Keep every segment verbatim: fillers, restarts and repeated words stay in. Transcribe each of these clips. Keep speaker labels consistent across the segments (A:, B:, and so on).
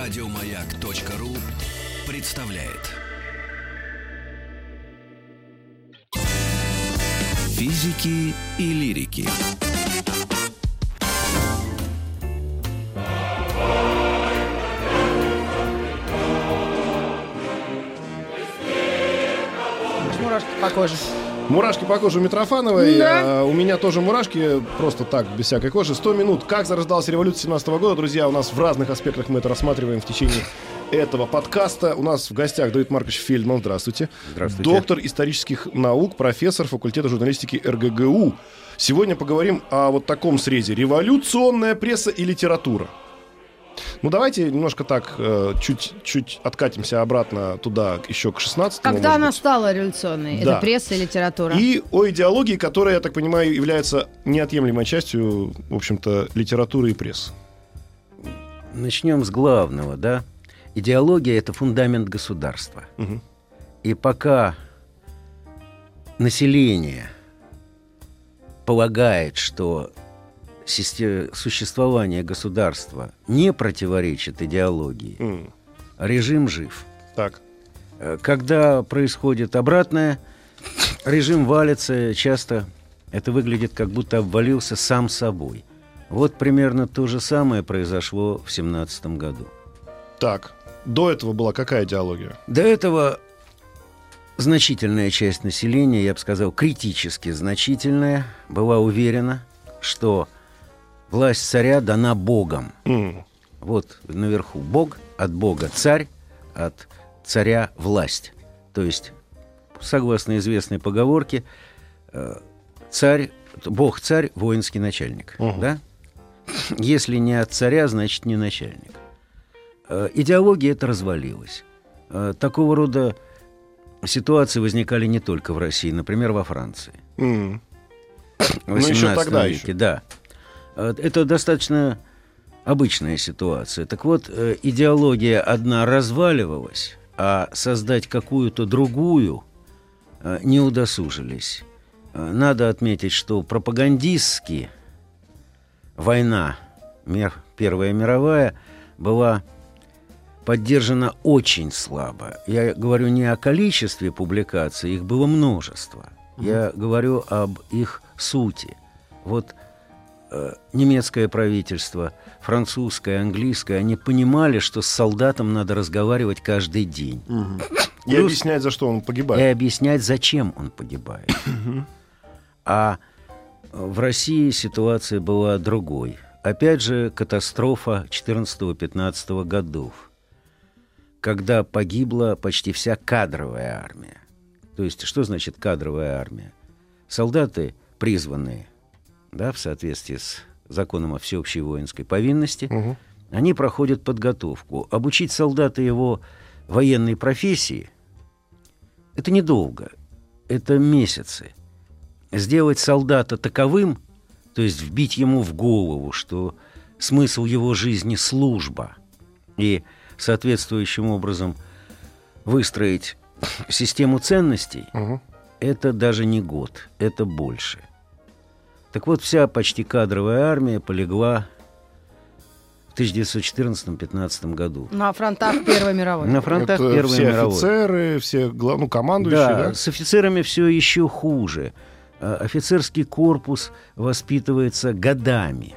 A: Радиомаяк.ру представляет Физики и лирики.
B: Мурашки по коже.
C: Мурашки по коже у Митрофановой.
B: Да.
C: А, у меня тоже мурашки, просто так, без всякой кожи. сто минут. Как зарождалась революция семнадцатого года, друзья. У нас в разных аспектах мы это рассматриваем в течение этого подкаста. У нас в гостях Давид Маркович Фельдман. Здравствуйте.
D: Здравствуйте.
C: Доктор исторических наук, профессор факультета журналистики эр гэ гэ у. Сегодня поговорим о вот таком срезе. Революционная пресса и литература. Ну, давайте немножко так, чуть-чуть откатимся обратно туда, еще к шестнадцатому.
B: Когда она быть. стала революционной?
C: Да.
B: Это пресса и литература.
C: И о идеологии, которая, я так понимаю, является неотъемлемой частью, в общем-то, литературы и прессы.
D: Начнем с главного, да? Идеология — это фундамент государства.
C: Угу.
D: И пока население полагает, что существование государства не противоречит идеологии,
C: Mm.
D: режим жив.
C: Так.
D: Когда происходит обратное, режим валится, часто это выглядит, как будто обвалился сам собой. Вот примерно то же самое произошло в семнадцатом году.
C: Так, до этого была какая идеология?
D: До этого значительная часть населения, я бы сказал, критически значительная, была уверена, что власть царя дана Богом.
C: Mm.
D: Вот наверху Бог, от Бога царь, от царя власть. То есть, согласно известной поговорке, царь, Бог царь, воинский начальник.
C: Uh-huh.
D: Да? Если не от царя, значит не начальник. Идеология эта развалилась. Такого рода ситуации возникали не только в России, например, во Франции.
C: Mm.
D: В восемнадцатом
C: еще тогда
D: веке,
C: еще.
D: да. Это достаточно обычная ситуация. Так вот, идеология одна разваливалась, а создать какую-то другую не удосужились. Надо отметить, что пропагандистски война, Первая мировая, была поддержана очень слабо. Я говорю не о количестве публикаций, их было множество. Я говорю об их сути. Вот э, немецкое правительство, французское, английское, они понимали, что с солдатом надо разговаривать каждый день.
C: Угу. И
D: Плюс,
C: объяснять, за что он погибает.
D: И объяснять, зачем он погибает. А в России ситуация была другой. Опять же, катастрофа четырнадцатого-пятнадцатого годов, когда погибла почти вся кадровая армия. То есть, что значит кадровая армия? Солдаты, призванные, да, в соответствии с законом о всеобщей воинской повинности,
C: Угу.
D: они проходят подготовку. Обучить солдата его военной профессии – это недолго, это месяцы. Сделать солдата таковым, то есть вбить ему в голову, что смысл его жизни – служба, и соответствующим образом выстроить систему ценностей,
C: Угу.
D: это даже не год, это больше. Так вот, вся почти кадровая армия полегла в тысяча девятьсот четырнадцатом-пятнадцатом году.
B: На фронтах Первой мировой.
D: На фронтах
C: Это
D: Первой
C: все
D: мировой.
C: офицеры, все глав... ну, командующие,
D: Да,
C: да?
D: с офицерами все еще хуже. А, Офицерский корпус воспитывается годами.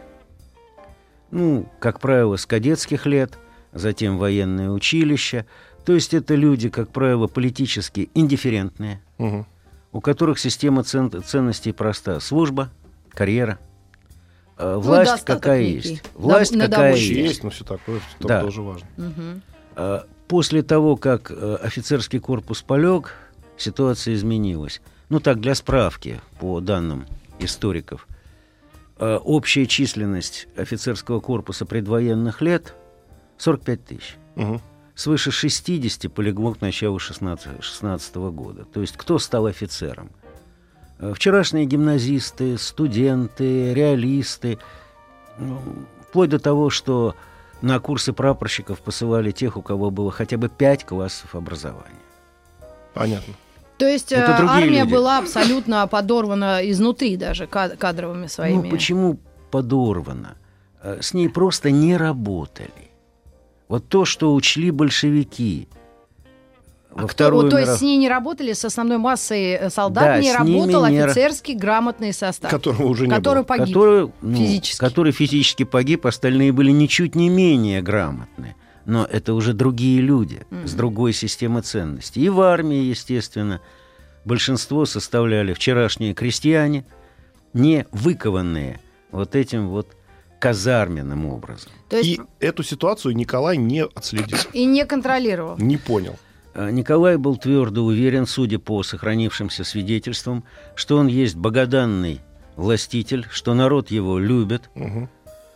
D: Ну, как правило, с кадетских лет, затем военное училище. То есть это люди, как правило, политически индифферентные,
C: Угу.
D: у которых система цен- ценностей проста. Служба, карьера, э, власть
B: достаток
D: какая
B: некий.
D: есть. Власть
B: На- на
D: какая
B: добычу.
D: есть.
C: Есть, но все такое, что
D: Да.
C: тоже важно.
B: Мгм.
D: Э, После того, как э, офицерский корпус полег, ситуация изменилась. Ну так, для справки, по данным историков, э, общая численность офицерского корпуса предвоенных лет сорок пять тысяч.
C: Угу.
D: Свыше шестидесяти полегло к началу шестнадцатого года. То есть кто стал офицером? Э, Вчерашние гимназисты, студенты, реалисты, ну, вплоть до того, что на курсы прапорщиков посылали тех, у кого было хотя бы пять классов образования.
C: Понятно.
B: То есть
D: Это
B: э,
D: другие
B: армия
D: люди.
B: была абсолютно подорвана изнутри даже кад- кадровыми своими.
D: Ну, почему подорвана? Э, С ней просто не работали. Вот то, что учли большевики во
B: А
D: Вторую
B: кто, то
D: миров-
B: есть с ней не работали, с основной массой солдат
D: Да,
B: не
D: с ними
B: работал
D: не ра-
B: офицерский грамотный состав,
C: Которого уже не
B: который
C: было.
B: погиб
D: который, ну,
B: физически.
D: который физически погиб, остальные были ничуть не менее грамотны. Но это уже другие люди,
B: Мгм.
D: с другой системой ценностей. И в армии, естественно, большинство составляли вчерашние крестьяне, не выкованные вот этим вот казарменным образом.
B: То есть
C: И эту ситуацию Николай не отследил,
B: и не контролировал.
C: не понял.
D: А Николай был твердо уверен, судя по сохранившимся свидетельствам, что он есть богоданный властитель, что народ его любит,
C: Мгм.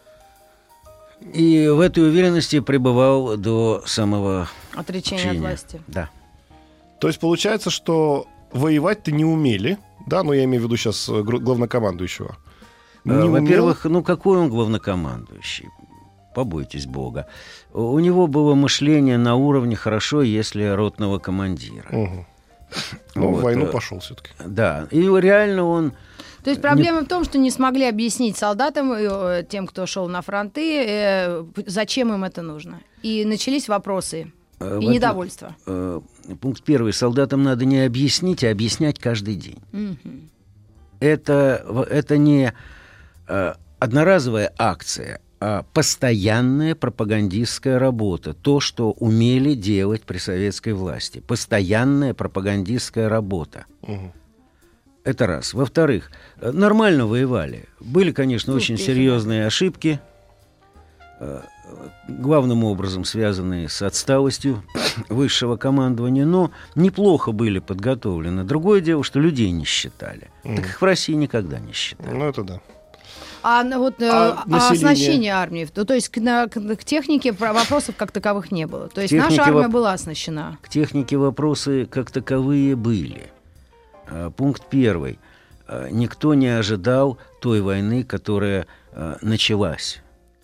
D: и в этой уверенности пребывал до самого
B: Отречение от
D: учения.
B: власти.
D: Да.
C: То есть получается, что воевать-то не умели, да, но я имею в виду сейчас э, гр- главнокомандующего. Не
D: Э,
C: умел.
D: Во-первых, ну какой он главнокомандующий? Побойтесь Бога. У у него было мышление на уровне хорошо, если ротного командира.
C: Мгм. Ну, в
D: Вот,
C: войну
D: э,
C: пошел все-таки.
D: Да, и реально он...
B: То есть проблема в том, что не смогли объяснить солдатам, э, тем, кто шел на фронты, э, п- зачем им это нужно. И начались вопросы
D: э,
B: и
D: во-
B: недовольство.
D: э, Пункт первый. Солдатам надо не объяснить, а объяснять каждый день.
B: Мгм.
D: Это, в- это не э, одноразовая акция, а постоянная пропагандистская работа. То, что умели делать при советской власти. Постоянная пропагандистская работа.
C: Мгм.
D: Это раз. Во-вторых, э, нормально воевали. Были, конечно, очень
B: Успехи,
D: серьезные ошибки, э, главным образом связанные с отсталостью высшего командования, но неплохо были подготовлены. Другое дело, что людей не считали. Так их в России никогда не считали.
C: Ну, это да.
B: А н- вот э,
C: А
B: а
C: население?
B: оснащение армии, то, то есть к, на- к- к технике про- вопросов как таковых не было. То есть
D: Технике
B: наша армия
D: воп-
B: была оснащена.
D: К технике вопросы как таковые были. А, Пункт первый. А, Никто не ожидал той войны, которая а, началась.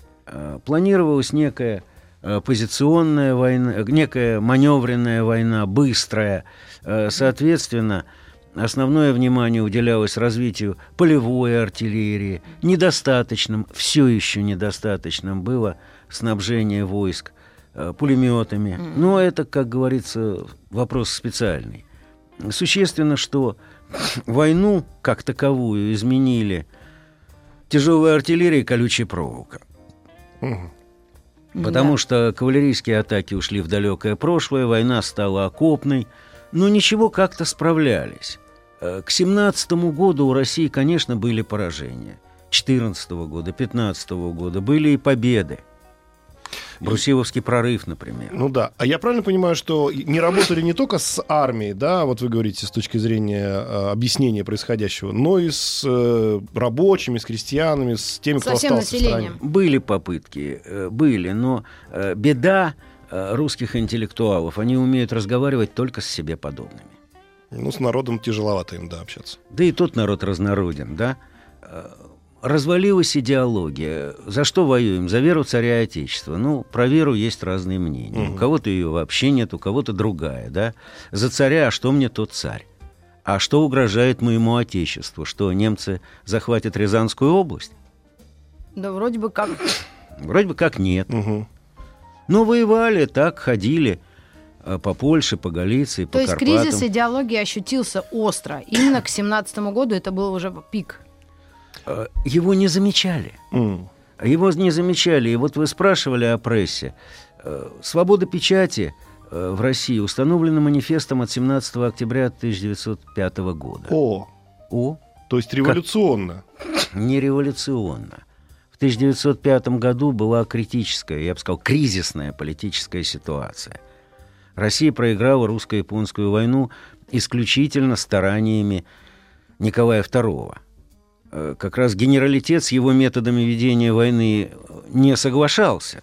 D: А, Планировалась некая а, позиционная война, некая маневренная война, быстрая. А, Соответственно, основное внимание уделялось развитию полевой артиллерии. Недостаточным, все еще недостаточным было снабжение войск э, пулеметами. Но это, как говорится, вопрос специальный. Существенно, что войну как таковую изменили тяжелая артиллерия и колючая проволока.
C: Мгм.
D: Потому
B: Да.
D: что кавалерийские атаки ушли в далекое прошлое, война стала окопной, но ничего, как-то справлялись. Э, К семнадцатому году у России, конечно, были поражения. четырнадцатого года, пятнадцатого года были и победы. Брусиловский прорыв, например.
C: Ну да. А я правильно понимаю, что не работали не только с армией, да, вот вы говорите, с точки зрения э, объяснения происходящего, но и с э, рабочими, с крестьянами, с теми, кто
B: Со всем
C: остался в стране.
B: населением.
D: Были попытки, э, были, но э, беда э, русских интеллектуалов, они умеют разговаривать только с себе подобными.
C: Ну, с народом тяжеловато им, да, общаться.
D: Да и тот народ разнороден, да? Э, Развалилась идеология. За что воюем? За веру царя и отечества. Ну, про веру есть разные мнения.
C: Мгм.
D: У кого-то ее вообще нет, у кого-то другая, да? За царя, а что мне тот царь? А что угрожает моему отечеству? Что, немцы захватят Рязанскую область?
B: Да, вроде бы как.
D: Вроде бы как нет.
C: Мгм.
D: Но воевали, так ходили э, по Польше, по Галиции, по
B: То есть
D: Карпатам.
B: кризис идеологии ощутился остро. Именно к семнадцатому году это был уже пик.
D: Э, Его не замечали.
C: М.
D: Его не замечали. И вот вы спрашивали о прессе. Э, Свобода печати э, в России установлена манифестом от семнадцатого октября тысяча девятьсот пятого года.
C: О,
D: О,
C: то есть революционно.
D: не революционно. В тысяча девятьсот пятом году была критическая, я бы сказал, кризисная политическая ситуация. Россия проиграла русско-японскую войну исключительно стараниями Николая второго. Э, Как раз генералитет с его методами ведения войны не соглашался,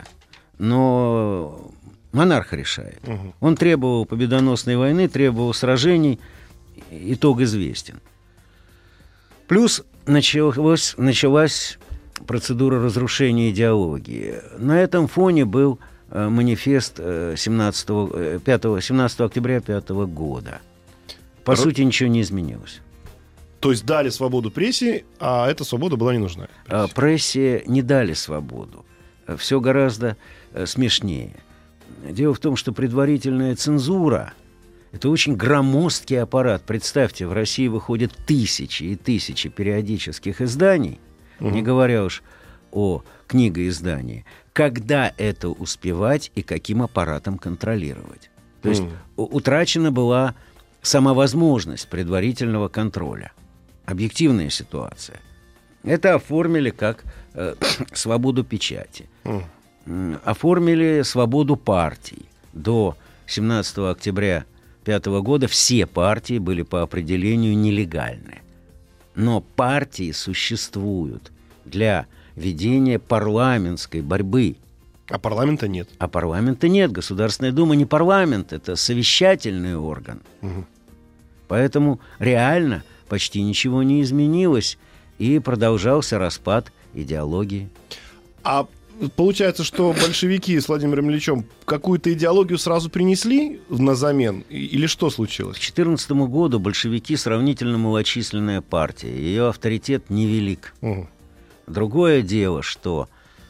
D: но монарх решает.
C: Мгм.
D: Он требовал победоносной войны, требовал сражений, итог известен. Плюс началось, началась процедура разрушения идеологии. На этом фоне был э, манифест э, семнадцатого, э, пятого, семнадцатого октября пятого года. По
C: Р-
D: сути, ничего не изменилось.
C: То есть дали свободу прессе, а эта свобода была не нужна.
D: А прессе не дали свободу. Все гораздо э, смешнее. Дело в том, что предварительная цензура – это очень громоздкий аппарат. Представьте, в России выходят тысячи и тысячи периодических изданий, угу. не говоря уж о книгоиздании. Когда это успевать и каким аппаратом контролировать? То есть mm. утрачена была сама возможность предварительного контроля. Объективная ситуация. Это оформили как э, свободу печати. Mm. Оформили свободу партий. До семнадцатого октября пятого года все партии были по определению нелегальны. Но партии существуют для ведения парламентской борьбы.
C: А парламента нет.
D: А парламента нет. Государственная Дума не парламент, это совещательный орган. Угу. Поэтому реально почти ничего не изменилось, и продолжался распад идеологии.
C: А получается, что большевики с Владимиром Ильичем какую-то идеологию сразу принесли на замен? Или что случилось?
D: К две тысячи четырнадцатому году большевики сравнительно малочисленная партия. Ее авторитет невелик. Угу. Другое дело, что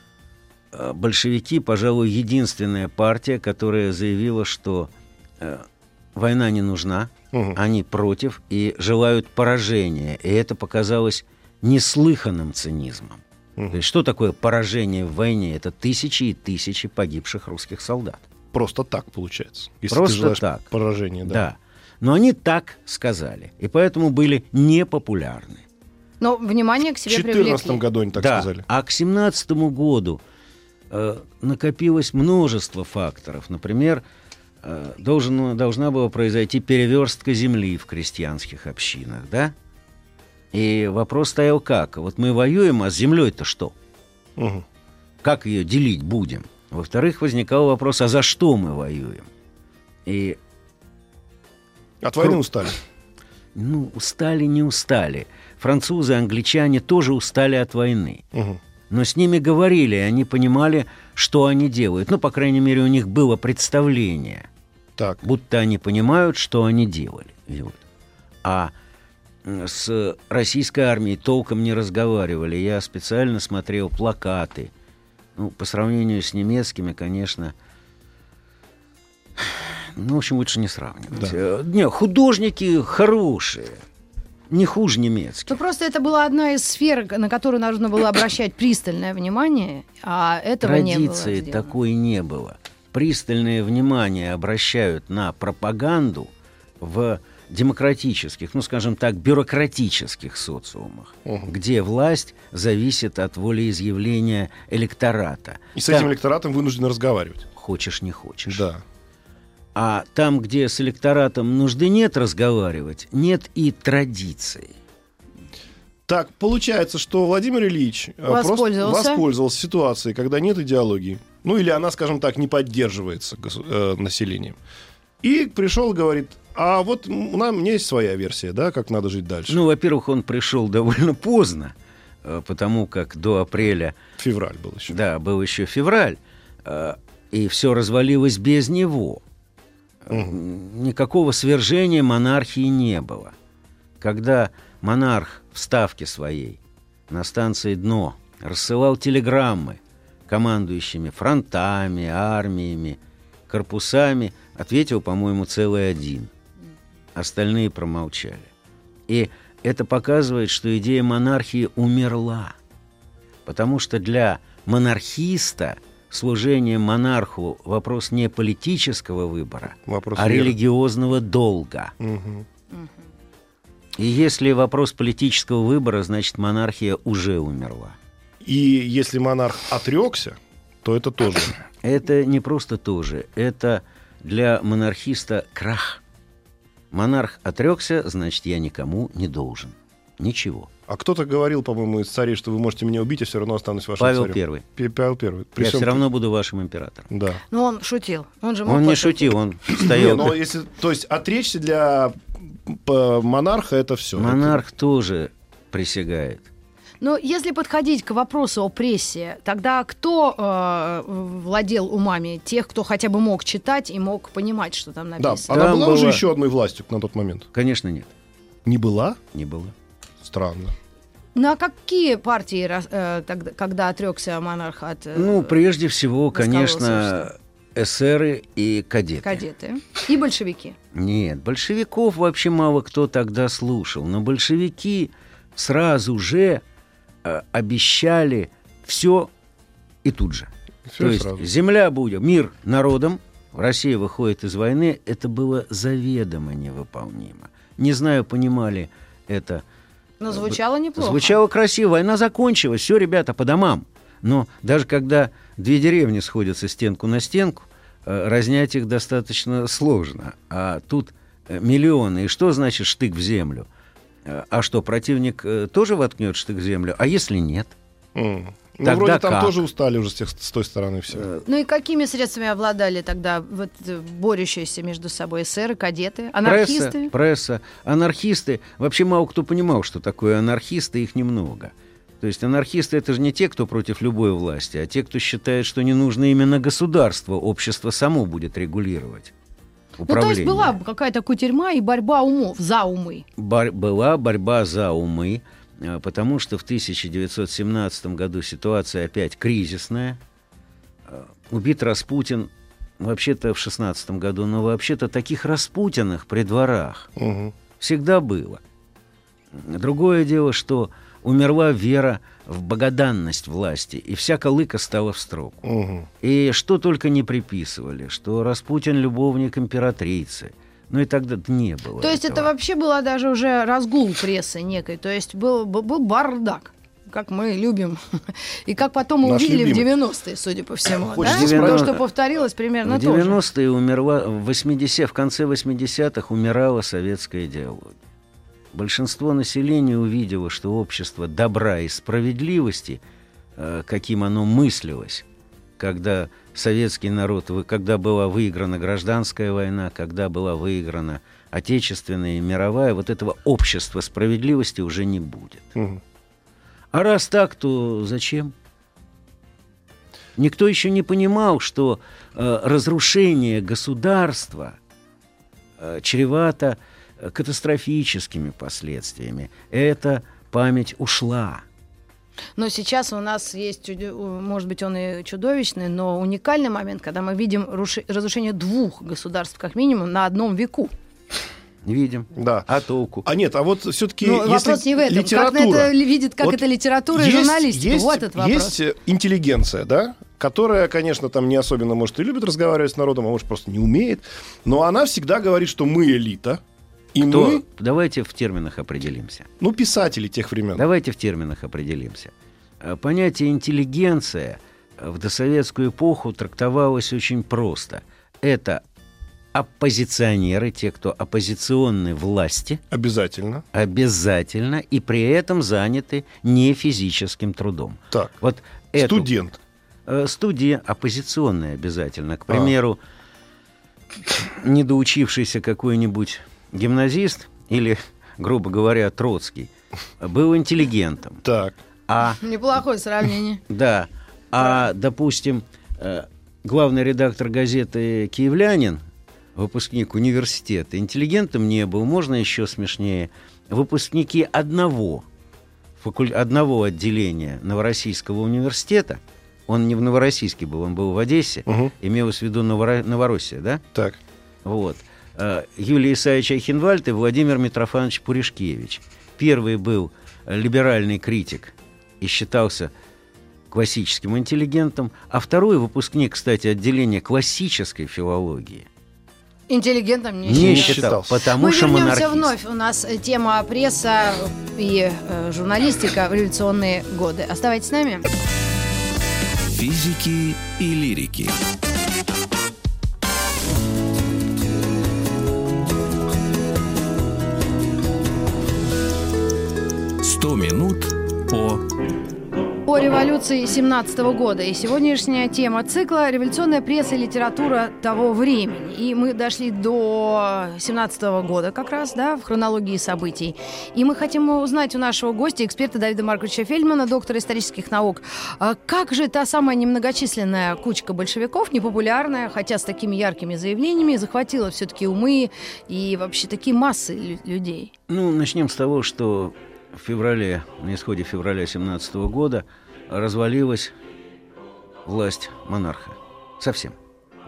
D: большевики, пожалуй, единственная партия, которая заявила, что э, война не нужна, угу. они против и желают поражения. И это показалось неслыханным цинизмом. Угу. То есть что такое поражение в войне? Это тысячи и тысячи погибших русских солдат.
C: Просто так получается. Если
D: Просто
C: ты желаешь
D: так.
C: Поражение, да.
D: Да. Но они так сказали. И поэтому были непопулярны.
B: Но внимание к себе привлекли.
C: В две тысячи четырнадцатом году они так
D: да.
C: сказали.
D: А к две тысячи семнадцатому году э, накопилось множество факторов. Например, э, должен, должна была произойти переверстка земли в крестьянских общинах, да? И вопрос стоял как? Вот мы воюем, а с землей-то что? Угу. Как ее делить будем? Во-вторых, возникал вопрос, а за что мы воюем? И...
C: От войны устали?
D: Ну, устали, не устали. Французы, англичане тоже устали от войны. Угу. Но с ними говорили, и они понимали, что они делают. Ну, по крайней мере, у них было представление.
C: Так.
D: Будто они понимают, что они делали. А с российской армией толком не разговаривали. Я специально смотрел плакаты. Ну, по сравнению с немецкими, конечно... Ну, в общем, лучше не сравнивать. Да. Не, художники хорошие. Не хуже немецких.
B: Ну, просто это была одна из сфер, на которую нужно было обращать пристальное внимание, а этого не было.
D: Традиции такой не было. Пристальное внимание обращают на пропаганду в демократических, ну, скажем так, бюрократических социумах, угу. где власть зависит от волеизъявления электората.
C: И с
D: там...
C: этим электоратом вынуждены разговаривать.
D: Хочешь, не хочешь.
C: Да.
D: А там, где с электоратом нужды нет разговаривать, нет и традиций.
C: Так, получается, что Владимир Ильич
B: воспользовался.
C: просто воспользовался ситуацией, когда нет идеологии. Ну, или она, скажем так, не поддерживается э, населением. И пришел и говорит, а вот у нас, у меня есть своя версия, да, как надо жить дальше.
D: Ну, во-первых, он пришел довольно поздно, потому как до апреля...
C: Февраль был еще.
D: Да, был еще февраль, и все развалилось без него. Угу. Никакого свержения монархии не было. Когда монарх в ставке своей на станции «Дно» рассылал телеграммы командующими фронтами, армиями, корпусами, ответил, по-моему, целый один. Остальные промолчали. И это показывает, что идея монархии умерла. Потому что для монархиста служение монарху вопрос не политического выбора, вопрос а веры. Религиозного долга. Угу. И если вопрос политического выбора, значит, монархия уже умерла.
C: И если монарх отрекся, то это тоже.
D: Это не просто тоже. Это для монархиста крах. Монарх отрекся, значит, я никому не должен. Ничего.
C: А кто-то говорил, по-моему, из царей, что вы можете меня убить, я все равно останусь вашим
D: Павел
C: царем.
D: Первый.
C: Павел Первый.
D: Я все равно буду вашим императором.
C: Да.
B: Но он шутил. Он же мог
D: Он не шутил, он стоял.
C: Но если, то есть отречься для монарха это все.
D: Монарх это... тоже присягает.
B: Но если подходить к вопросу о прессе, тогда кто э, владел умами тех, кто хотя бы мог читать и мог понимать, что там написано?
C: Да, она там была, была уже еще одной властью на тот момент?
D: Конечно, нет.
C: Не была?
D: Не было.
C: Странно.
B: Ну а какие партии, э, тогда, когда отрекся монарх от... Э,
D: ну, прежде всего, конечно, эсеры и кадеты.
B: Кадеты. И большевики.
D: Нет, большевиков вообще мало кто тогда слушал. Но большевики сразу же э, обещали все и тут же.
C: Всё
D: То есть
C: сразу.
D: земля будет, мир народом, Россия выходит из войны. Это было заведомо невыполнимо. Не знаю, понимали это.
B: Но звучало неплохо.
D: Звучало красиво. Война закончилась. Все, ребята, по домам. Но даже когда две деревни сходятся стенку на стенку, э, разнять их достаточно сложно. А тут э, миллионы. И что значит штык в землю? Э, а что, противник э, тоже воткнет штык в землю? А если нет?
C: М. Ну,
D: Тогда
C: вроде там
D: как?
C: тоже устали уже с, тех- с той стороны все.
D: Э,
B: Ну и какими средствами обладали тогда вот, э, борющиеся между собой эсеры, кадеты,
D: Пресса,
B: анархисты?
D: пресса, анархисты. Вообще мало кто понимал, что такое анархисты, их немного. То есть анархисты — это же не те, кто против любой власти, а те, кто считает, что не нужно именно государство, общество само будет регулировать
B: Ну, то
D: управление.
B: есть была какая-то кутерьма и борьба умов за умы.
D: Бар- была борьба за умы, э, потому что в тысяча девятьсот семнадцатом году ситуация опять кризисная. Э, Убит Распутин вообще-то в шестнадцатом году, но вообще-то таких Распутиных при дворах
C: Мгм.
D: всегда было. Другое дело, что умерла вера в богоданность власти, и вся колыка стала в строку.
C: Мгм.
D: И что только не приписывали, что Распутин — любовник императрицы. Ну и тогда не было
B: То есть это
D: этого.
B: вообще была даже уже разгул прессы некой. То есть был, был, был бардак, как мы любим. И как потом мы
C: Наш
B: увидели
C: любимый.
B: в девяностые, судя по всему.
C: Хочется
B: Да?
D: спросить.
B: То, что повторилось примерно
D: В
B: тоже.
D: девяностые умерла, в восьмидесятых, в конце восьмидесятых умирала советская идеология. Большинство населения увидело, что общество добра и справедливости, э, каким оно мыслилось, когда советский народ, вы- когда была выиграна гражданская война, когда была выиграна отечественная и мировая, вот этого общества справедливости уже не будет.
C: Мгм.
D: А раз так, то зачем? Никто еще не понимал, что э, разрушение государства э, чревато э, катастрофическими последствиями. Эта память ушла.
B: Но сейчас у нас есть, чудо- может быть, он и чудовищный, но уникальный момент, когда мы видим руши- разрушение двух государств, как минимум, на одном веку.
D: Видим.
C: Да.
D: А толку?
C: А нет, а вот все-таки
B: Но вопрос не в этом. Как на это ли- видит, как
C: Вот
B: это литература и
C: есть-
B: журналистика?
C: есть-
B: Вот этот вопрос.
C: Есть э, интеллигенция, да, которая, конечно, там не особенно, может, и любит разговаривать с народом, а может, просто не умеет, но она всегда говорит, что мы элита, и
D: Кто?
C: мы,
D: Давайте в терминах определимся.
C: ну, писатели тех времен.
D: Давайте в терминах определимся. Э, Понятие интеллигенция в досоветскую эпоху трактовалось очень просто. Это оппозиционеры, те, кто оппозиционны власти,
C: Обязательно.
D: обязательно, и при этом заняты не физическим трудом.
C: Так,
D: Вот эту,
C: студент.
D: э, студия оппозиционная обязательно. К примеру, недоучившийся какой-нибудь гимназист или, грубо говоря, Троцкий был интеллигентом.
C: Так,
D: А,
B: Неплохое сравнение.
D: да, а, допустим, э, главный редактор газеты «Киевлянин», выпускник университета, интеллигентом не был, можно еще смешнее, выпускники одного, факуль... одного отделения Новороссийского университета, он не в Новороссийске был, он был в Одессе,
C: Мгм.
D: имелось в виду Новора... Новороссия, да?
C: так.
D: Вот. Э, Юлий Исаевич Айхенвальд и Владимир Митрофанович Пуришкевич. Первый был э, либеральный критик и считался классическим интеллигентом, а второй выпускник, кстати, отделения классической филологии.
B: Интеллигентом не,
D: Не
B: считал.
D: считал, потому
B: Мы
D: что
B: вернемся
D: монархист.
B: вновь. У нас э, тема пресса и э, журналистика в революционные годы. Оставайтесь с нами.
A: Физики и лирики. Сто минут по...
B: О революции семнадцатого года. И сегодняшняя тема цикла «Революционная пресса и литература того времени». И мы дошли до семнадцатого года как раз, да, в хронологии событий. И мы хотим узнать у нашего гостя, эксперта Давида Марковича Фельдмана, доктора исторических наук, а как же та самая немногочисленная кучка большевиков, непопулярная, хотя с такими яркими заявлениями, захватила все-таки умы и вообще такие массы лю- людей.
D: Ну, начнем с того, что в феврале, на исходе февраля семнадцатого года развалилась власть монарха. Совсем.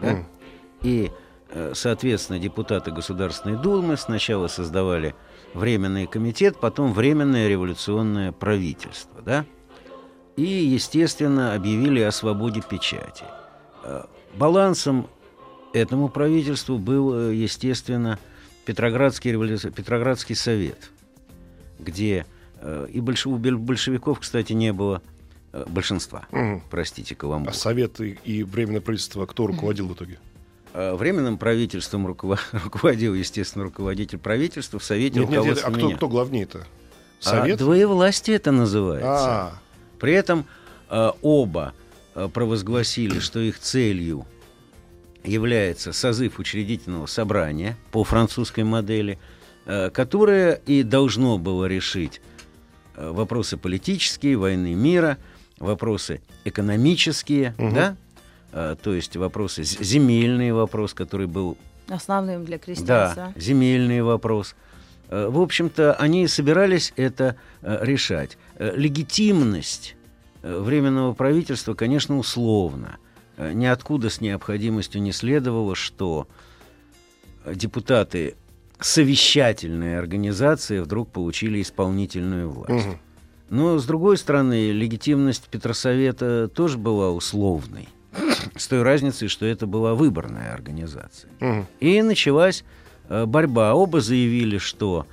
D: Да?
C: Mm.
D: И, соответственно, депутаты Государственной Думы сначала создавали Временный комитет, потом Временное революционное правительство. Да? И, естественно, объявили о свободе печати. Балансом этому правительству был, естественно, Петроградский, революци... Петроградский совет, где э, и больш... у большевиков, кстати, не было э, большинства.
C: Угу.
D: Простите, каламбур.
C: А совет и, и Временное правительство кто руководил в итоге?
D: А Временным правительством руковод... руководил, естественно, руководитель правительства, в Совете
C: Нет, нет, нет,
D: руководства
C: а кто,
D: меня.
C: кто главнее-то? Совет?
D: А двоевластие это называется.
C: А.
D: При этом э, оба э, провозгласили, что их целью является созыв учредительного собрания по французской модели, э, которое и должно было решить э, вопросы политические, войны мира, вопросы экономические,
C: угу.
D: да? э, то есть вопросы, земельный вопрос, который был...
B: Основным для крестьянства.
D: Да, земельный вопрос. Э, в общем-то, они собирались это э, решать. Э, легитимность э, Временного правительства, конечно, условна. Ниоткуда с необходимостью не следовало, что депутаты совещательной организации вдруг получили исполнительную власть.
C: Угу.
D: Но, с другой стороны, легитимность Петросовета тоже была условной, с той разницей, что это была выборная организация.
C: Угу.
D: И началась борьба. Оба заявили, что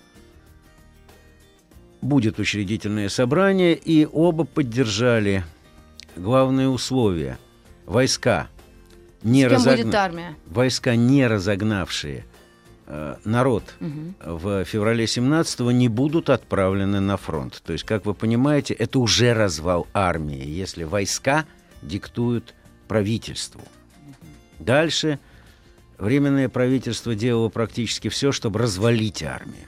D: будет учредительное собрание, и оба поддержали главные условия. Войска, не, разогна... Войска, не разогнавшие э, народ угу. в феврале семнадцатого, не будут отправлены на фронт. То есть, как вы понимаете, это уже развал армии, если войска диктуют правительству. Угу. Дальше Временное правительство делало практически все, чтобы развалить армию.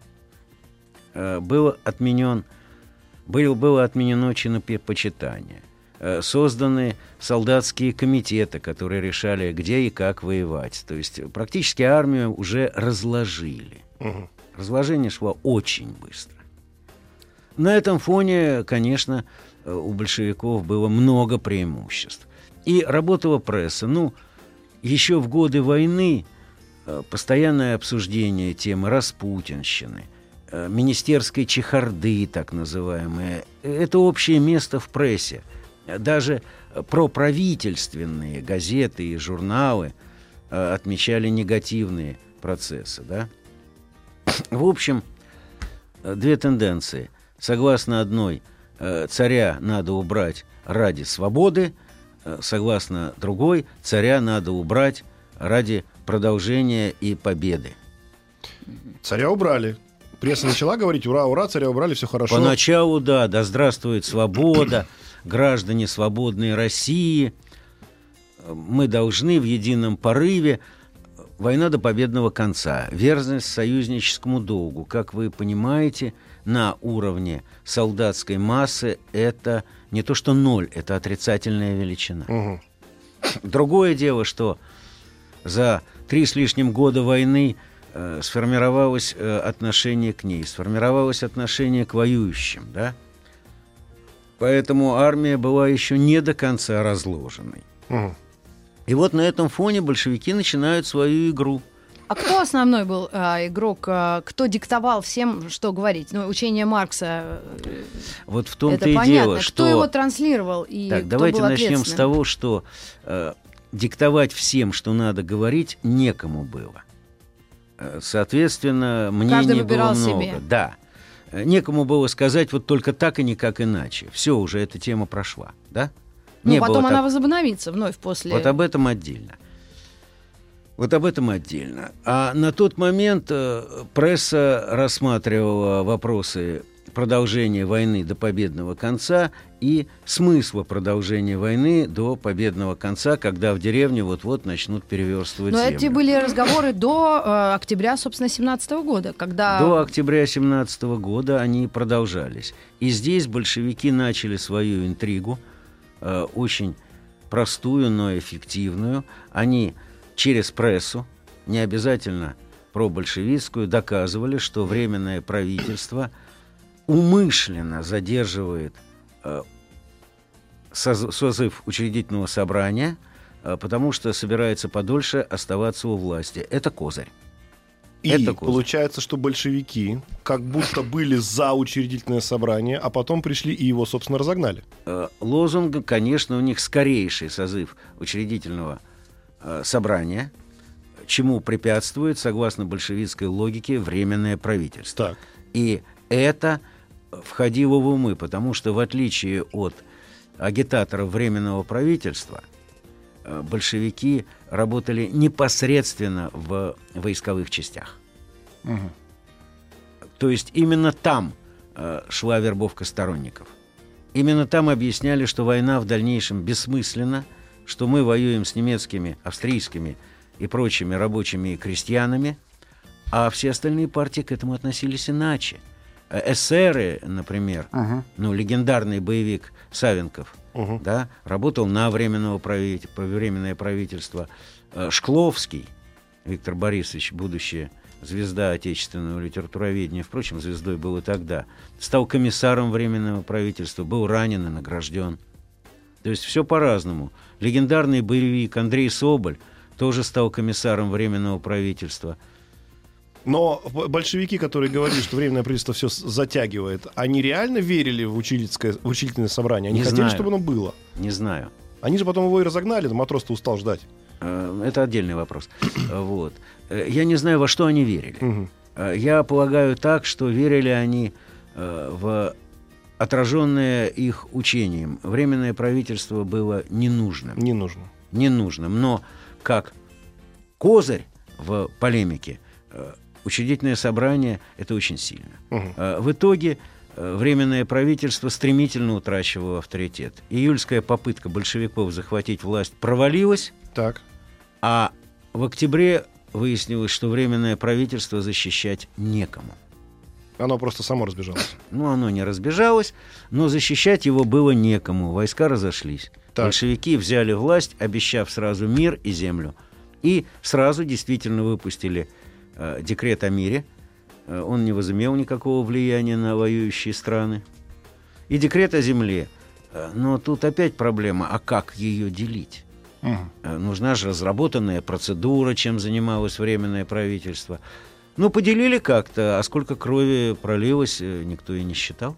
D: Э, было отменен, было, было отменено чинопочитание. Созданы солдатские комитеты, которые решали, где и как воевать. То есть практически армию уже разложили. Угу. Разложение шло очень быстро. На этом фоне, конечно, у большевиков было много преимуществ. И работала пресса. Ну, еще в годы войны постоянное обсуждение темы распутинщины, министерской чехарды, так называемое, это общее место в прессе. Даже проправительственные газеты и журналы э, отмечали негативные процессы. Да? В общем, две тенденции. Согласно одной, э, царя надо убрать ради свободы, э, согласно другой, царя надо убрать ради продолжения и победы.
C: Царя убрали. Пресса начала говорить: ура, ура, царя убрали, все хорошо.
D: Поначалу, да, да здравствует свобода. Граждане свободной России, мы должны в едином порыве, война до победного конца, верность союзническому долгу. Как вы понимаете, на уровне солдатской массы это не то что ноль, это отрицательная величина. Угу. Другое дело, что за три с лишним года войны э, сформировалось э, отношение к ней, сформировалось отношение к воюющим, да? Поэтому армия была еще не до конца разложенной. Угу. И вот на этом фоне большевики начинают свою игру.
B: А кто основной был а, игрок? А, кто диктовал всем, что говорить? Ну, учение Маркса.
D: Вот в том-то
B: это
D: и
B: понятно.
D: дело,
B: кто
D: что...
B: Кто его транслировал и
D: так,
B: кто
D: давайте
B: был
D: начнем с того, что э, диктовать всем, что надо говорить, некому было. Э, соответственно, мнений было много. Себе. Да. Некому было сказать вот только так и никак иначе. Все, уже эта тема прошла, да?
B: Ну,
D: Не
B: потом она
D: так...
B: возобновится вновь после...
D: Вот об этом отдельно. Вот об этом отдельно. А на тот момент э, пресса рассматривала вопросы продолжения войны до победного конца и смысла продолжения войны до победного конца, когда в деревне вот-вот начнут переверстывать
B: Но
D: землю.
B: эти были разговоры до э, октября, собственно, семнадцатого года, когда...
D: До октября семнадцатого года они продолжались. И здесь большевики начали свою интригу, э, очень простую, но эффективную. Они через прессу, не обязательно пробольшевистскую, доказывали, что Временное правительство умышленно задерживает э, созыв учредительного собрания, потому что собирается подольше оставаться у власти. Это козырь.
C: И
D: Это козырь.
C: Получается, что большевики как будто были за учредительное собрание, а потом пришли и его, собственно, разогнали.
D: Лозунг, конечно, у них скорейший созыв учредительного собрания, чему препятствует, согласно большевистской логике, временное правительство.
C: Так.
D: И это входило в умы, потому что, в отличие от агитаторов временного правительства, большевики работали непосредственно в войсковых частях.
C: Угу.
D: То есть именно там э, шла вербовка сторонников. Именно там объясняли, что война в дальнейшем бессмысленна, что мы воюем с немецкими, австрийскими и прочими рабочими и крестьянами, а все остальные партии к этому относились иначе. Эсеры, например, uh-huh. ну, легендарный боевик Савенков, uh-huh. да, работал на временного правитель, временное правительство. Шкловский Виктор Борисович, будущая звезда отечественного литературоведения, впрочем, звездой был и тогда, стал комиссаром временного правительства, был ранен и награжден. То есть все по-разному. Легендарный боевик Андрей Соболь тоже стал комиссаром временного правительства.
C: Но большевики, которые говорили, что временное правительство все затягивает, они реально верили в, учительское, в учительное собрание? Они
D: Не
C: хотели,
D: знаю.
C: чтобы оно было?
D: Не знаю.
C: Они же потом его и разогнали, но матрос-то устал ждать.
D: Это отдельный вопрос. Вот. Я не знаю, во что они верили.
C: Угу.
D: Я полагаю так, что верили они в отраженное их учением. Временное правительство было ненужным.
C: Не нужно.
D: Ненужным. Но как козырь в полемике учредительное собрание — это очень сильно.
C: Угу.
D: В итоге Временное правительство стремительно утрачивало авторитет. Июльская попытка большевиков захватить власть провалилась,
C: так.
D: а в октябре выяснилось, что Временное правительство защищать некому.
C: Оно просто само разбежалось.
D: Ну, оно не разбежалось, но защищать его было некому. Войска разошлись. Так. Большевики взяли власть, обещав сразу мир и землю. И сразу действительно выпустили э, декрет о мире. Э, он не возымел никакого влияния на воюющие страны. И декрет о земле. Э, но тут опять проблема, а как ее делить?
C: Угу.
D: Э, нужна же разработанная процедура, чем занималось Временное правительство. Ну, поделили как-то, а сколько крови пролилось, никто и не считал.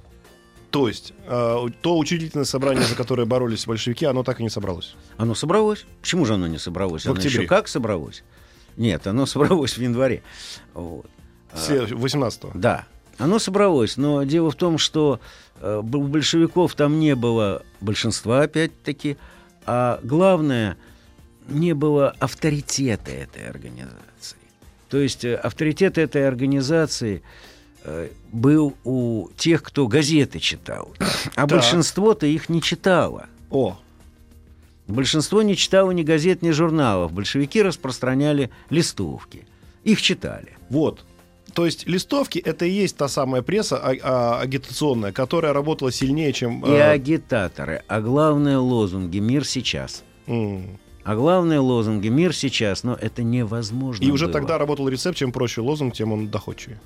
C: То есть, э, то учредительное собрание, за которое боролись большевики, оно так и не собралось?
D: Оно собралось. Почему же оно не собралось?
C: В
D: оно
C: октябре.
D: еще как собралось? Нет, оно собралось в январе. Вот.
C: восемнадцатого?
D: Да, оно собралось, но дело в том, что э, у большевиков там не было большинства, опять-таки, а главное, не было авторитета этой организации. То есть авторитет этой организации э, был у тех, кто газеты читал. А
C: да.
D: большинство-то их не читало.
C: О.
D: Большинство не читало ни газет, ни журналов. Большевики распространяли листовки. Их читали.
C: Вот. То есть листовки — это и есть та самая пресса а- а- агитационная, которая работала сильнее, чем...
D: И
C: а...
D: агитаторы. А главное — лозунги «Мир сейчас».
C: Mm.
D: А главные лозунги «Мир сейчас», но это невозможно
C: И уже
D: было.
C: тогда работал рецепт: чем проще лозунг, тем он доходчивее.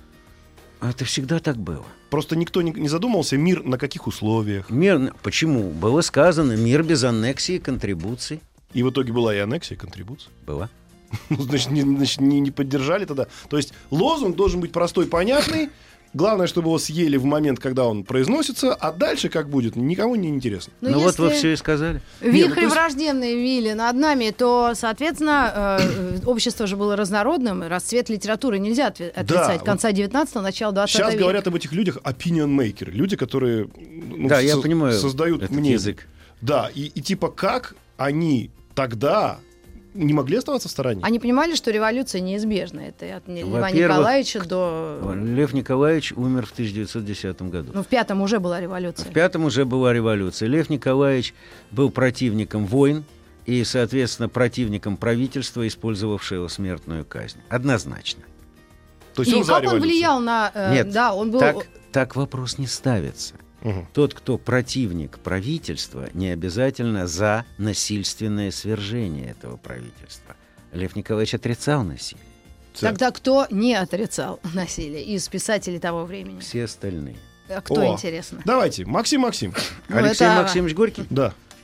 D: Это всегда так было.
C: Просто никто не, не задумался, мир на каких условиях.
D: Мир, почему? Было сказано «Мир без аннексии и контрибуций».
C: И в итоге была и аннексия, и контрибуция.
D: Была.
C: Ну, значит, не, значит не, не поддержали тогда. То есть лозунг должен быть простой, понятный. Главное, чтобы его съели в момент, когда он произносится, а дальше как будет, никому не интересно.
B: Но
D: ну вот
B: если
D: вы все и сказали.
B: Вихри
C: Нет, ну, то есть...
B: враждебные вили над нами, то, соответственно, э, общество же было разнородным, расцвет литературы нельзя отв- отрицать.
C: Да,
B: конца девятнадцатого, начала двадцатого
C: Сейчас
B: века.
C: говорят об этих людях opinion maker, люди, которые ну,
D: Да,
C: со-
D: я понимаю
C: создают
D: этот
C: мнение.
D: язык.
C: Да, и, и типа как они тогда не могли оставаться в стороне?
B: Они понимали, что революция неизбежна. Это от Льва
D: Во-первых,
B: Николаевича до...
D: Лев Николаевич умер в тысяча девятьсот десятом году.
B: Ну, в пятом уже была революция.
D: В пятом уже была революция. Лев Николаевич был противником войн и, соответственно, противником правительства, использовавшего смертную казнь. Однозначно.
C: То есть
B: И
C: он за
B: как он
C: революцию?
B: влиял на... э,
D: Нет,
B: да, он был...
D: так, так вопрос не ставится.
C: Угу.
D: Тот, кто противник правительства, не обязательно за насильственное свержение этого правительства. Лев Николаевич отрицал насилие.
B: Тогда кто не отрицал насилие из писателей того времени?
D: Все остальные.
B: А кто,
C: О,
B: интересно?
C: Давайте, Максим Максим.
B: Ну,
D: Алексей
B: это-
D: Максимович Горький?
C: Да.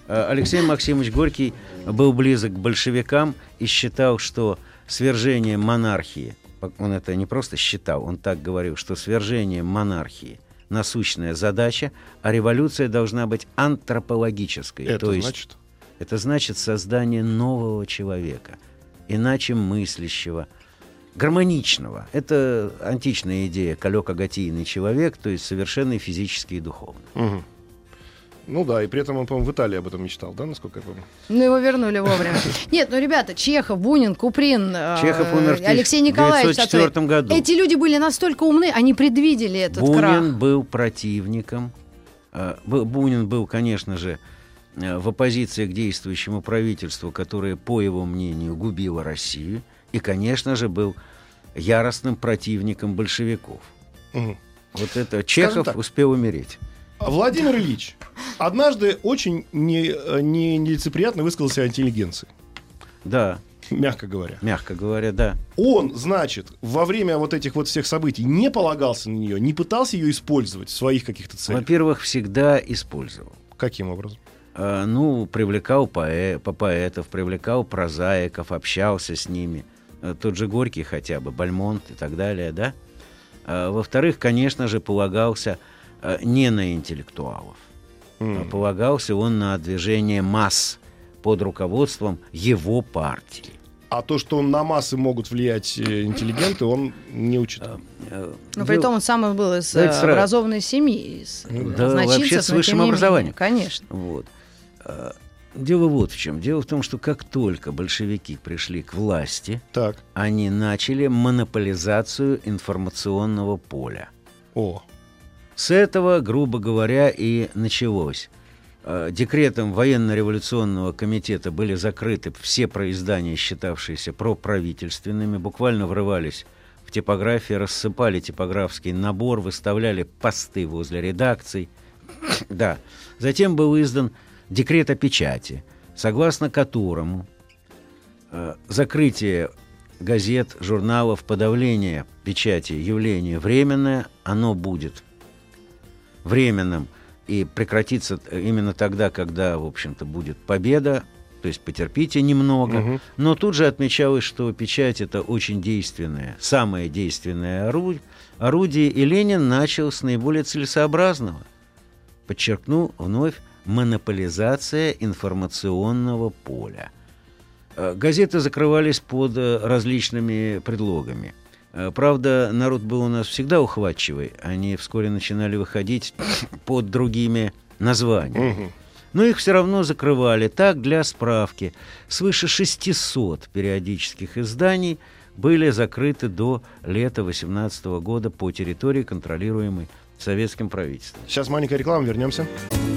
D: Алексей Максимович Горький был близок к большевикам и считал, что свержение монархии, он это не просто считал, он так говорил, что свержение монархии – насущная задача, а революция должна быть антропологической.
C: Это
D: то есть,
C: значит?
D: Это значит создание нового человека, иначе мыслящего, гармоничного. Это античная идея калёко-готийный человек, то есть совершенный физически и духовно.
C: Угу. Ну да, и при этом он, по-моему, в Италии об этом мечтал, да, насколько я помню?
B: Ну, его вернули вовремя. Нет, ну, ребята, Чехов, Бунин, Куприн,
D: Чехов умер в
B: Алексей Николаевич.
D: тысяча девятьсот четвёртом году.
B: Эти люди были настолько умны, они предвидели этот
D: Бунин
B: крах.
D: Бунин был противником. Бунин был, конечно же, в оппозиции к действующему правительству, которое, по его мнению, губило Россию. И, конечно же, был яростным противником большевиков.
C: Угу.
D: Вот это Чехов успел умереть.
C: Владимир Ильич однажды очень не, не, нелицеприятно высказался о интеллигенции.
D: Да.
C: Мягко говоря.
D: Мягко говоря, да.
C: Он, значит, во время вот этих вот всех событий не полагался на нее, не пытался ее использовать в своих каких-то целях?
D: Во-первых, всегда использовал.
C: Каким образом?
D: А, ну, привлекал поэ- поэтов, привлекал прозаиков, общался с ними. А, тот же Горький хотя бы, Бальмонт и так далее, да? А, во-вторых, конечно же, полагался а, не на интеллектуалов. Mm. А полагался он на движение масс под руководством его партии.
C: А то, что на массы могут влиять интеллигенты, он не учитывал.
B: Но при том он сам был из да, образованной семьи, из
D: да, вообще с высшим образованием.
B: Конечно.
D: Вот. Дело вот в чем. Дело в том, что как только большевики пришли к власти, так. они начали монополизацию информационного поля.
C: О.
D: С этого, грубо говоря, и началось. Декретом военно-революционного комитета были закрыты все произведения, считавшиеся проправительственными, буквально врывались в типографии, рассыпали типографский набор, выставляли посты возле редакций. Да. Затем был издан декрет о печати, согласно которому э, закрытие газет, журналов, подавление печати явление временное, оно будет временным и прекратится именно тогда, когда, в общем-то, будет победа, то есть потерпите немного. Угу. Но тут же отмечалось, что печать — это очень действенное, самое действенное орудие, орудие, и Ленин начал с наиболее целесообразного. Подчеркну вновь, монополизация информационного поля. Газеты закрывались под различными предлогами. Правда, народ был у нас всегда ухватчивый. Они вскоре начинали выходить под другими названиями. Угу. Но их все равно закрывали. Так, для справки, свыше шестисот периодических изданий были закрыты до лета восемнадцатого года по территории, контролируемой советским правительством.
C: Сейчас маленькая реклама, вернемся.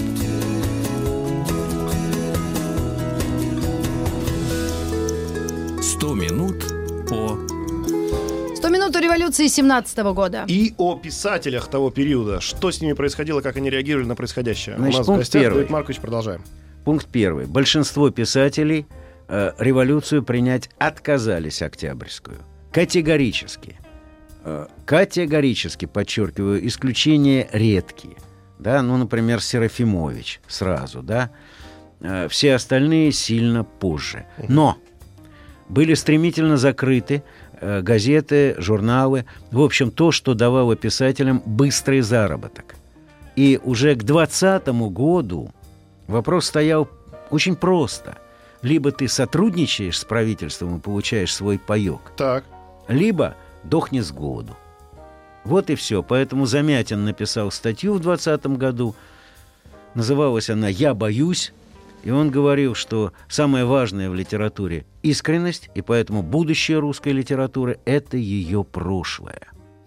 A: Сто минут по...
B: Сто минут о революции семнадцатого года.
C: И о писателях того периода. Что с ними происходило, как они реагировали на происходящее.
D: Значит,
C: у нас
D: пункт
C: в гостях
D: первый.
C: Давид Маркович, продолжаем.
D: Пункт первый. Большинство писателей э, революцию принять отказались Октябрьскую. Категорически. Э, категорически, подчеркиваю, исключения редкие. Да? Ну, например, Серафимович сразу, да? Э, все остальные сильно позже. Но были стремительно закрыты э, газеты, журналы, в общем, то, что давало писателям быстрый заработок. И уже к двадцатому году вопрос стоял очень просто. Либо ты сотрудничаешь с правительством и получаешь свой паёк,
C: так.
D: либо дохни с голоду. Вот и все. Поэтому Замятин написал статью в двадцатом году. Называлась она «Я боюсь». И он говорил, что самое важное в литературе – искренность, и поэтому будущее русской литературы – это ее прошлое.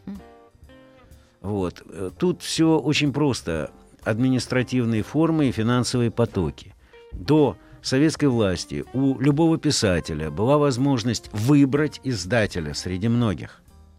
D: Вот. Тут все очень просто. Административные формы и финансовые потоки. До советской власти у любого писателя была возможность выбрать издателя среди многих.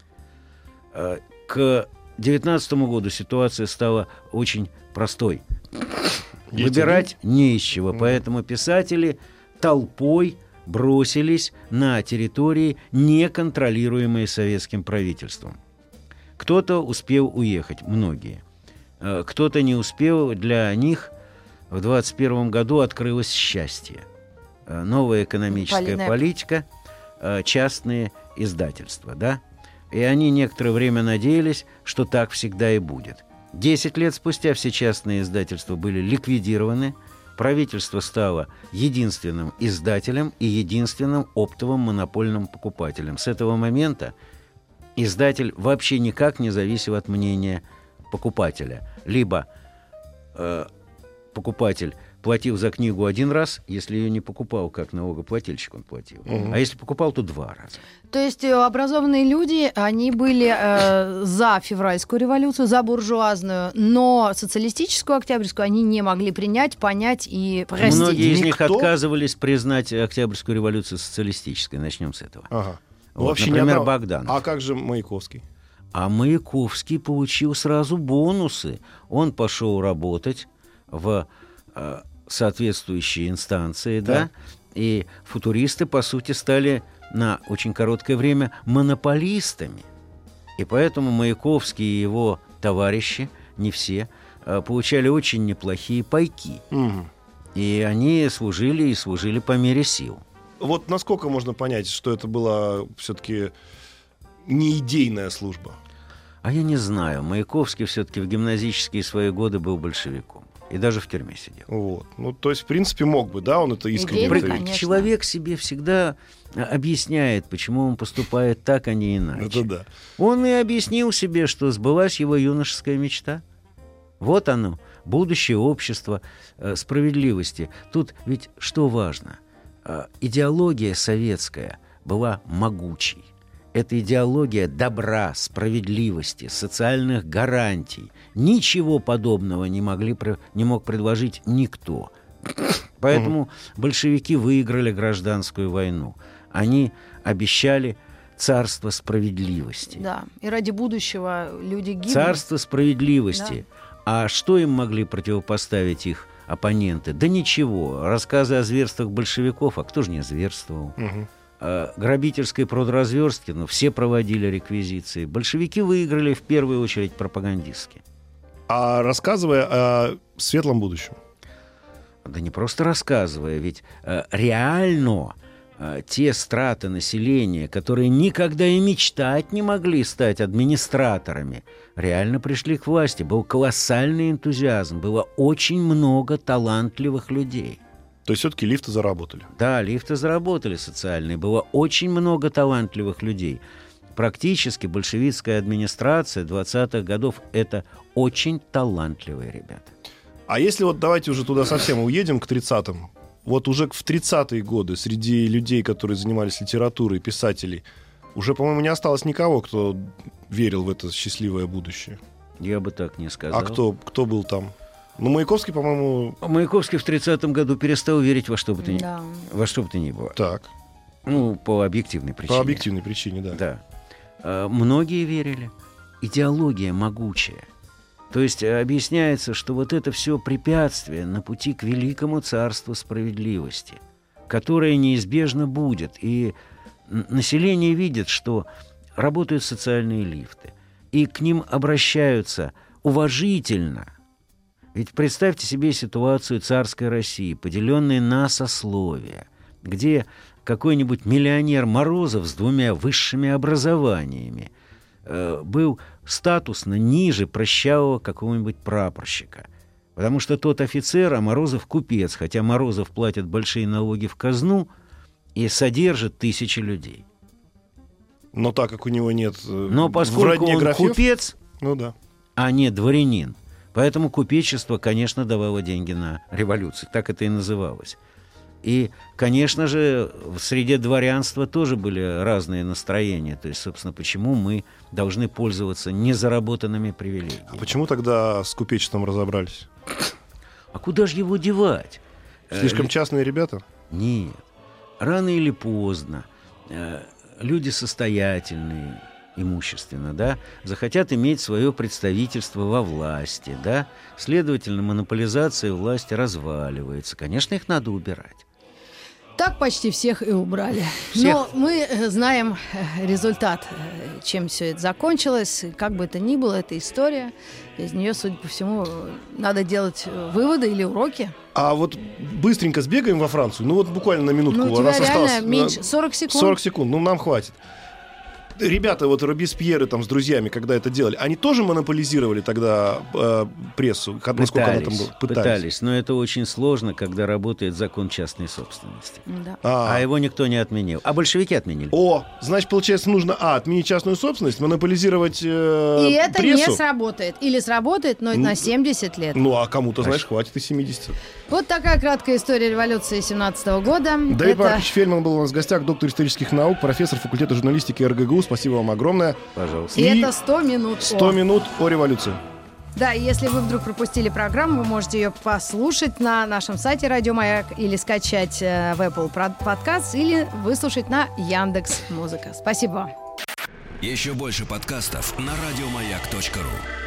D: К девятнадцатому году ситуация стала очень простой. Выбирать не из чего, поэтому писатели толпой бросились на территории, неконтролируемые советским правительством. Кто-то успел уехать, многие. Кто-то не успел, для них в двадцать первом году открылось счастье. Э, новая экономическая
B: Полинеп.
D: политика, э, частные издательства, да? И они некоторое время надеялись, что так всегда и будет. Десять лет спустя все частные издательства были ликвидированы, правительство стало единственным издателем и единственным оптовым монопольным покупателем. С этого момента издатель вообще никак не зависел от мнения покупателя. Либо э, покупатель платил за книгу один раз, если ее не покупал, как налогоплательщик он платил. Угу. А если покупал, то два раза.
B: То есть образованные люди, они были э, за февральскую революцию, за буржуазную, но социалистическую октябрьскую они не могли принять, понять и простить.
D: Многие из них
C: Никто?
D: отказывались признать Октябрьскую революцию социалистической. Начнем с этого.
C: Ага.
D: Вот,
C: Вообще
D: например,
C: ни одного...
D: Богданов.
C: А как же Маяковский?
D: А Маяковский получил сразу бонусы. Он пошел работать в э, соответствующие инстанции, да. да, и футуристы, по сути, стали на очень короткое время монополистами. И поэтому Маяковский и его товарищи, не все, э, получали очень неплохие пайки.
C: Угу.
D: И они служили и служили по мере сил.
C: Вот насколько можно понять, что это была все-таки не идейная служба?
D: А я не знаю. Маяковский все-таки в гимназические свои годы был большевиком. И даже в тюрьме сидел.
C: Вот. Ну, то есть, в принципе, мог бы, да, он это искренне
B: Идейно,
C: это видит.
B: конечно.
D: Человек себе всегда объясняет, почему он поступает так, а не иначе.
C: Это да.
D: Он и объяснил себе, что сбылась его юношеская мечта. Вот оно, будущее общества, э, справедливости. Тут ведь что важно? Э, идеология советская была могучей. Это идеология добра, справедливости, социальных гарантий. Ничего подобного не, могли, не мог предложить никто. Поэтому угу. большевики выиграли гражданскую войну. Они обещали царство справедливости.
B: Да, и ради будущего люди гибли.
D: Царство справедливости. Да. А что им могли противопоставить их оппоненты? Да ничего. Рассказы о зверствах большевиков, а кто же не зверствовал?
C: Угу.
D: Грабительской продразверстки, ну, все проводили реквизиции. Большевики выиграли в первую очередь пропагандистски.
C: А рассказывая о светлом будущем?
D: Да не просто рассказывая, ведь э, реально э, те страты населения, которые никогда и мечтать не могли стать администраторами, реально пришли к власти. Был колоссальный энтузиазм, было очень много талантливых людей.
C: То есть все-таки лифты заработали?
D: Да, лифты заработали социальные. Было очень много талантливых людей. Практически большевистская администрация двадцатых годов — это очень талантливые ребята.
C: А если вот давайте уже туда совсем уедем, к тридцатым. Вот уже в тридцатые годы среди людей, которые занимались литературой, писателей, уже, по-моему, не осталось никого, кто верил в это счастливое будущее.
D: Я бы так не сказал.
C: А кто, кто был там? Ну, Маяковский, по-моему...
D: Маяковский в тридцатом году перестал верить во что бы то ни,
B: да.
D: во что бы то ни было.
C: Так.
D: Ну, по объективной причине.
C: По объективной причине, да.
D: Да. А, многие верили. Идеология могучая. То есть объясняется, что вот это все препятствие на пути к великому царству справедливости, которое неизбежно будет. И население видит, что работают социальные лифты, и к ним обращаются уважительно. Ведь представьте себе ситуацию царской России, поделенной на сословия, где какой-нибудь миллионер Морозов с двумя высшими образованиями э, был статусно ниже прыщавого какого-нибудь прапорщика. Потому что тот офицер, а Морозов купец, хотя Морозов платит большие налоги в казну и содержит тысячи людей.
C: Но так как у него нет
D: Но поскольку он
C: графев,
D: купец,
C: ну да.
D: а не дворянин, поэтому купечество, конечно, давало деньги на революцию. Так это и называлось. И, конечно же, в среде дворянства тоже были разные настроения. То есть, собственно, почему мы должны пользоваться незаработанными привилегиями.
C: А почему тогда с купечеством разобрались?
D: А куда же его девать?
C: Слишком частные ребята?
D: Нет. Рано или поздно люди состоятельные, имущественно, да, захотят иметь свое представительство во власти, да, следовательно, монополизация власти разваливается. Конечно, их надо убирать.
B: Так почти всех и убрали.
D: Всех.
B: Но мы знаем результат, чем все это закончилось. Как бы это ни было, это история. Из нее, судя по всему, надо делать выводы или уроки.
C: А вот быстренько сбегаем во Францию. Ну вот буквально на минутку.
B: Ну, у
C: у
B: тебя
C: нас
B: реально
C: осталось
B: меньше сорок секунд.
C: сорок секунд, ну нам хватит. Ребята, вот Робеспьеры там с друзьями, когда это делали, они тоже монополизировали тогда э, прессу? Насколько она там была?
D: Пытались, пытались, но это очень сложно, когда работает закон частной собственности.
B: Да.
C: А,
D: А его никто не отменил. А большевики отменили.
C: О, значит, получается, нужно, а, отменить частную собственность, монополизировать э,
B: И это
C: прессу.
B: не сработает. Или сработает, но это
C: Ну,
B: на семьдесят лет.
C: Ну, а кому-то, знаешь, хватит и семидесяти.
B: Вот такая краткая история революции семнадцатого года.
C: Давид
B: Это-
C: Маркович Фельдман был у нас в гостях, доктор исторических наук, профессор факультета журналистики РГГУ. Спасибо вам огромное.
D: Пожалуйста.
B: И
C: И
B: это сто минут.
C: сто
B: о.
C: минут о революции.
B: Да, и если вы вдруг пропустили программу, вы можете ее послушать на нашем сайте Радио Маяк или скачать э, в Apple Podcasts или выслушать на Яндекс Музыка. Спасибо вам.
A: Еще больше подкастов на радиомаяк точка ру.